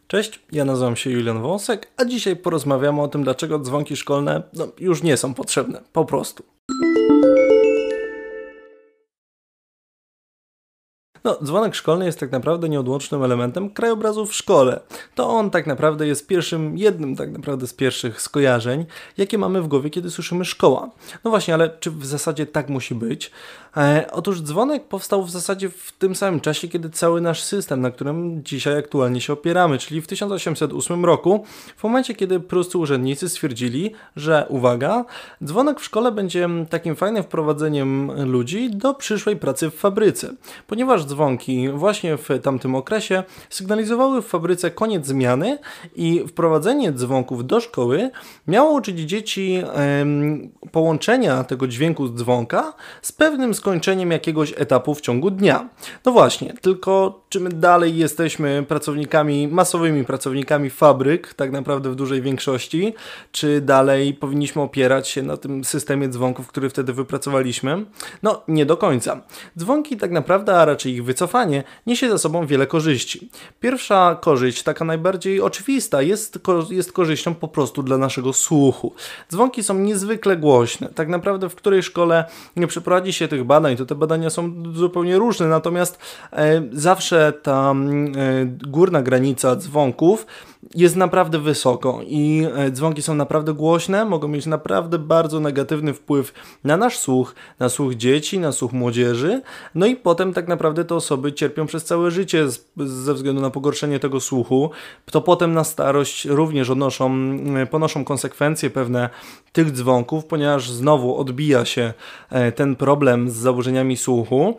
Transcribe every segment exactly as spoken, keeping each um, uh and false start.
Cześć, ja nazywam się Julian Wąsek, a dzisiaj porozmawiamy o tym, dlaczego dzwonki szkolne no, już nie są potrzebne, po prostu. No, dzwonek szkolny jest tak naprawdę nieodłącznym elementem krajobrazu w szkole. To on tak naprawdę jest pierwszym, jednym tak naprawdę z pierwszych skojarzeń, jakie mamy w głowie, kiedy słyszymy szkoła. No właśnie, ale czy w zasadzie tak musi być? E, otóż dzwonek powstał w zasadzie w tym samym czasie, kiedy cały nasz system, na którym dzisiaj aktualnie się opieramy, czyli w tysiąc osiemset ósmym roku, w momencie, kiedy pruscy urzędnicy stwierdzili, że uwaga, dzwonek w szkole będzie takim fajnym wprowadzeniem ludzi do przyszłej pracy w fabryce, ponieważ dzwonki właśnie w tamtym okresie sygnalizowały w fabryce koniec zmiany i wprowadzenie dzwonków do szkoły miało uczyć dzieci em, połączenia tego dźwięku z dzwonka z pewnym skończeniem jakiegoś etapu w ciągu dnia. No właśnie, tylko czy my dalej jesteśmy pracownikami, masowymi pracownikami fabryk, tak naprawdę w dużej większości, czy dalej powinniśmy opierać się na tym systemie dzwonków, który wtedy wypracowaliśmy? No nie do końca. Dzwonki tak naprawdę, a raczej ich wycofanie, niesie za sobą wiele korzyści. Pierwsza korzyść, taka najbardziej oczywista, jest, jest korzyścią po prostu dla naszego słuchu. Dzwonki są niezwykle głośne. Tak naprawdę w której szkole nie przeprowadzi się tych badań, to te badania są zupełnie różne, natomiast e, zawsze ta e, górna granica dzwonków jest naprawdę wysoko i dzwonki są naprawdę głośne, mogą mieć naprawdę bardzo negatywny wpływ na nasz słuch, na słuch dzieci, na słuch młodzieży, no i potem tak naprawdę te osoby cierpią przez całe życie z, ze względu na pogorszenie tego słuchu, to potem na starość również odnoszą, ponoszą konsekwencje pewne tych dzwonków, ponieważ znowu odbija się ten problem z zaburzeniami słuchu,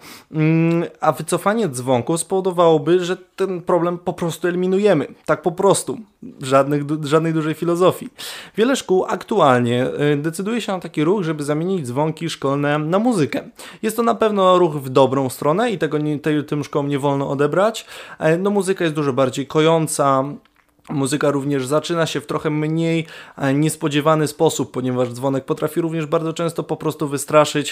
a wycofanie dzwonków spowodowałoby, że ten problem po prostu eliminujemy, tak po prostu. Żadnych, żadnej dużej filozofii. Wiele szkół aktualnie decyduje się na taki ruch, żeby zamienić dzwonki szkolne na muzykę. Jest to na pewno ruch w dobrą stronę i tego nie, tej, tym szkołom nie wolno odebrać. No muzyka jest dużo bardziej kojąca. Muzyka również zaczyna się w trochę mniej niespodziewany sposób, ponieważ dzwonek potrafi również bardzo często po prostu wystraszyć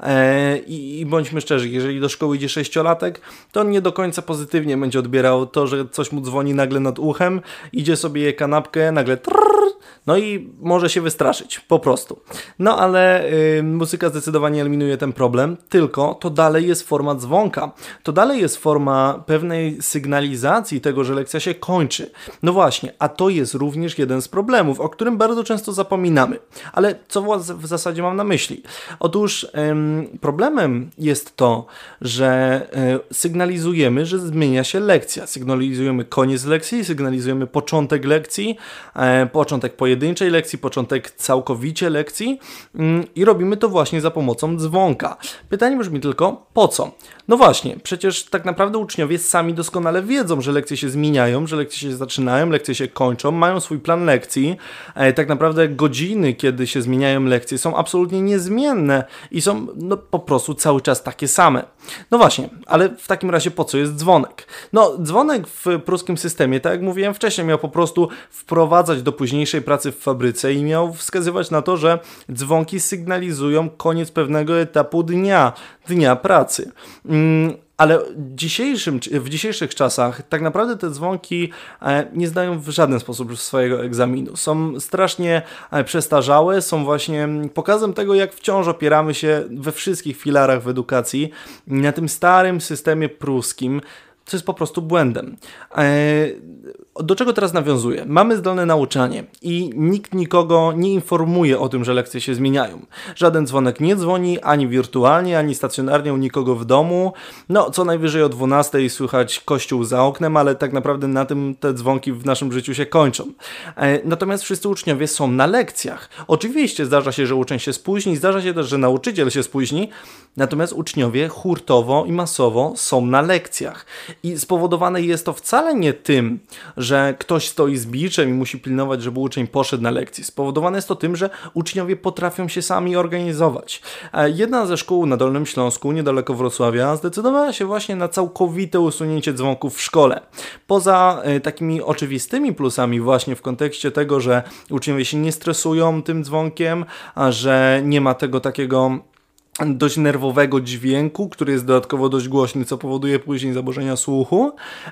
e, i, i bądźmy szczerzy, jeżeli do szkoły idzie sześciolatek, to on nie do końca pozytywnie będzie odbierał to, że coś mu dzwoni nagle nad uchem, idzie sobie je kanapkę, nagle trrr, no i może się wystraszyć, po prostu. No ale y, muzyka zdecydowanie eliminuje ten problem, tylko to dalej jest forma dzwonka. To dalej jest forma pewnej sygnalizacji tego, że lekcja się kończy. No właśnie, a to jest również jeden z problemów, o którym bardzo często zapominamy. Ale co w zasadzie mam na myśli? Otóż y, problemem jest to, że y, sygnalizujemy, że zmienia się lekcja. Sygnalizujemy koniec lekcji, sygnalizujemy początek lekcji, y, początek pojedynczej lekcji, początek całkowicie lekcji yy, i robimy to właśnie za pomocą dzwonka. Pytanie brzmi tylko, po co? No właśnie, przecież tak naprawdę uczniowie sami doskonale wiedzą, że lekcje się zmieniają, że lekcje się zaczynają, lekcje się kończą, mają swój plan lekcji. E, tak naprawdę godziny, kiedy się zmieniają lekcje, są absolutnie niezmienne i są no, po prostu cały czas takie same. No właśnie, ale w takim razie po co jest dzwonek? No dzwonek w pruskim systemie, tak jak mówiłem wcześniej, miał po prostu wprowadzać do późniejszej pracy w fabryce i miał wskazywać na to, że dzwonki sygnalizują koniec pewnego etapu dnia, dnia pracy. Mm, ale dzisiejszym, w dzisiejszych czasach tak naprawdę te dzwonki nie zdają w żaden sposób swojego egzaminu. Są strasznie przestarzałe, są właśnie pokazem tego, jak wciąż opieramy się we wszystkich filarach w edukacji na tym starym systemie pruskim, co jest po prostu błędem. Do czego teraz nawiązuję? Mamy zdalne nauczanie i nikt nikogo nie informuje o tym, że lekcje się zmieniają. Żaden dzwonek nie dzwoni, ani wirtualnie, ani stacjonarnie u nikogo w domu. No, co najwyżej o dwunastej słychać kościół za oknem, ale tak naprawdę na tym te dzwonki w naszym życiu się kończą. Natomiast wszyscy uczniowie są na lekcjach. Oczywiście zdarza się, że uczeń się spóźni, zdarza się też, że nauczyciel się spóźni, natomiast uczniowie hurtowo i masowo są na lekcjach. I spowodowane jest to wcale nie tym, że ktoś stoi z biczem i musi pilnować, żeby uczeń poszedł na lekcję. Spowodowane jest to tym, że uczniowie potrafią się sami organizować. Jedna ze szkół na Dolnym Śląsku, niedaleko Wrocławia, zdecydowała się właśnie na całkowite usunięcie dzwonków w szkole. Poza takimi oczywistymi plusami właśnie w kontekście tego, że uczniowie się nie stresują tym dzwonkiem, a że nie ma tego takiego dość nerwowego dźwięku, który jest dodatkowo dość głośny, co powoduje później zaburzenia słuchu,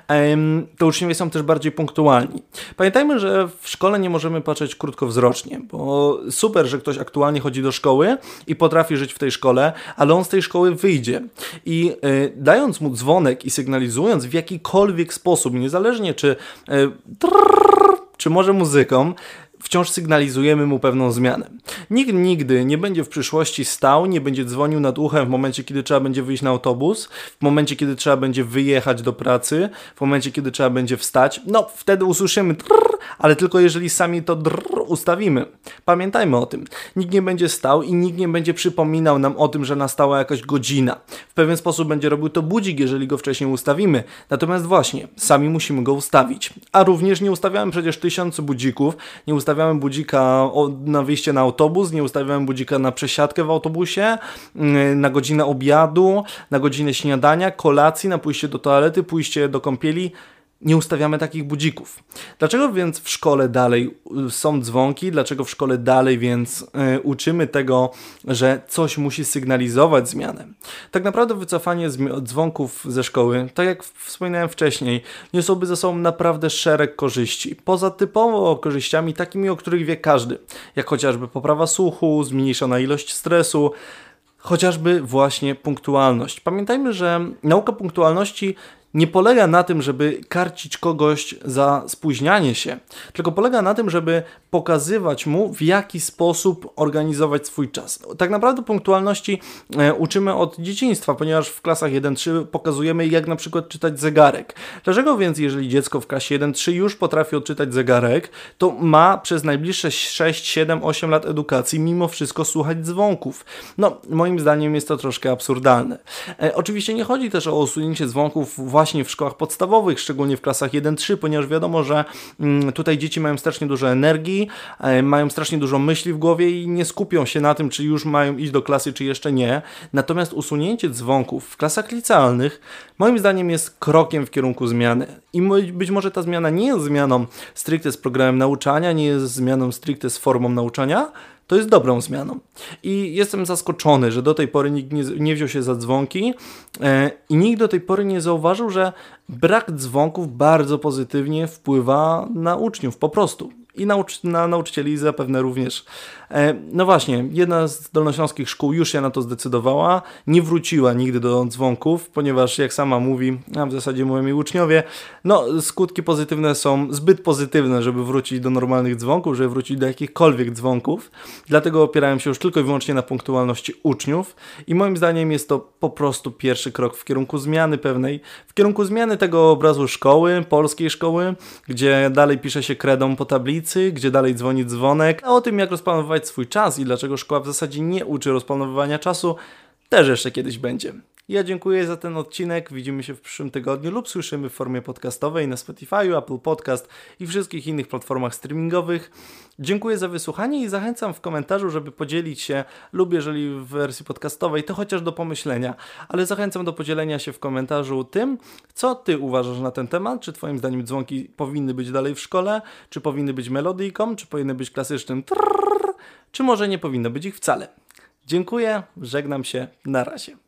to uczniowie są też bardziej punktualni. Pamiętajmy, że w szkole nie możemy patrzeć krótkowzrocznie, bo super, że ktoś aktualnie chodzi do szkoły i potrafi żyć w tej szkole, ale on z tej szkoły wyjdzie. I y, dając mu dzwonek i sygnalizując w jakikolwiek sposób, niezależnie czy y, trrr, czy może muzyką, wciąż sygnalizujemy mu pewną zmianę. Nikt nigdy nie będzie w przyszłości stał, nie będzie dzwonił nad uchem w momencie, kiedy trzeba będzie wyjść na autobus, w momencie, kiedy trzeba będzie wyjechać do pracy, w momencie, kiedy trzeba będzie wstać. No, wtedy usłyszymy trrr, ale tylko jeżeli sami to drrr ustawimy. Pamiętajmy o tym. Nikt nie będzie stał i nikt nie będzie przypominał nam o tym, że nastała jakaś godzina. W pewien sposób będzie robił to budzik, jeżeli go wcześniej ustawimy. Natomiast właśnie, sami musimy go ustawić. A również nie ustawiałem przecież tysiącu budzików, nie ustawiałem ustawiałem budzika na wyjście na autobus, nie ustawiałem budzika na przesiadkę w autobusie, na godzinę obiadu, na godzinę śniadania, kolacji, na pójście do toalety, pójście do kąpieli. Nie ustawiamy takich budzików. Dlaczego więc w szkole dalej są dzwonki? Dlaczego w szkole dalej więc y, uczymy tego, że coś musi sygnalizować zmianę? Tak naprawdę wycofanie dzwonków ze szkoły, tak jak wspominałem wcześniej, niosłoby ze sobą naprawdę szereg korzyści. Poza typowo korzyściami takimi, o których wie każdy. Jak chociażby poprawa słuchu, zmniejszona ilość stresu, chociażby właśnie punktualność. Pamiętajmy, że nauka punktualności nie polega na tym, żeby karcić kogoś za spóźnianie się, tylko polega na tym, żeby pokazywać mu, w jaki sposób organizować swój czas. Tak naprawdę punktualności e, uczymy od dzieciństwa, ponieważ w klasach jeden trzy pokazujemy, jak na przykład czytać zegarek. Dlaczego więc, jeżeli dziecko w klasie jeden trzy już potrafi odczytać zegarek, to ma przez najbliższe sześć, siedem, osiem lat edukacji mimo wszystko słuchać dzwonków? No, moim zdaniem jest to troszkę absurdalne. E, oczywiście nie chodzi też o usunięcie dzwonków właśnie właśnie w szkołach podstawowych, szczególnie w klasach jeden trzy, ponieważ wiadomo, że mm, tutaj dzieci mają strasznie dużo energii, e, mają strasznie dużo myśli w głowie i nie skupią się na tym, czy już mają iść do klasy, czy jeszcze nie. Natomiast usunięcie dzwonków w klasach licealnych moim zdaniem jest krokiem w kierunku zmiany. I być może ta zmiana nie jest zmianą stricte z programem nauczania, nie jest zmianą stricte z formą nauczania, to jest dobrą zmianą. I jestem zaskoczony, że do tej pory nikt nie, nie wziął się za dzwonki e, i nikt do tej pory nie zauważył, że brak dzwonków bardzo pozytywnie wpływa na uczniów, po prostu. I nauc- na nauczycieli zapewne również. E, no właśnie, jedna z dolnośląskich szkół już się na to zdecydowała, nie wróciła nigdy do dzwonków, ponieważ jak sama mówi, a w zasadzie mówią jej uczniowie, no skutki pozytywne są zbyt pozytywne, żeby wrócić do normalnych dzwonków, żeby wrócić do jakichkolwiek dzwonków, dlatego opierałem się już tylko i wyłącznie na punktualności uczniów i moim zdaniem jest to po prostu pierwszy krok w kierunku zmiany pewnej, w kierunku zmiany tego obrazu szkoły, polskiej szkoły, gdzie dalej pisze się kredą po tablicy, gdzie dalej dzwoni dzwonek, a o tym, jak rozplanowywać swój czas i dlaczego szkoła w zasadzie nie uczy rozplanowywania czasu, też jeszcze kiedyś będzie. Ja dziękuję za ten odcinek, widzimy się w przyszłym tygodniu lub słyszymy w formie podcastowej na Spotify, Apple Podcast i wszystkich innych platformach streamingowych. Dziękuję za wysłuchanie i zachęcam w komentarzu, żeby podzielić się, lub jeżeli w wersji podcastowej, to chociaż do pomyślenia, ale zachęcam do podzielenia się w komentarzu tym, co Ty uważasz na ten temat, czy Twoim zdaniem dzwonki powinny być dalej w szkole, czy powinny być melodyjką, czy powinny być klasycznym trrr, czy może nie powinno być ich wcale. Dziękuję, żegnam się, na razie.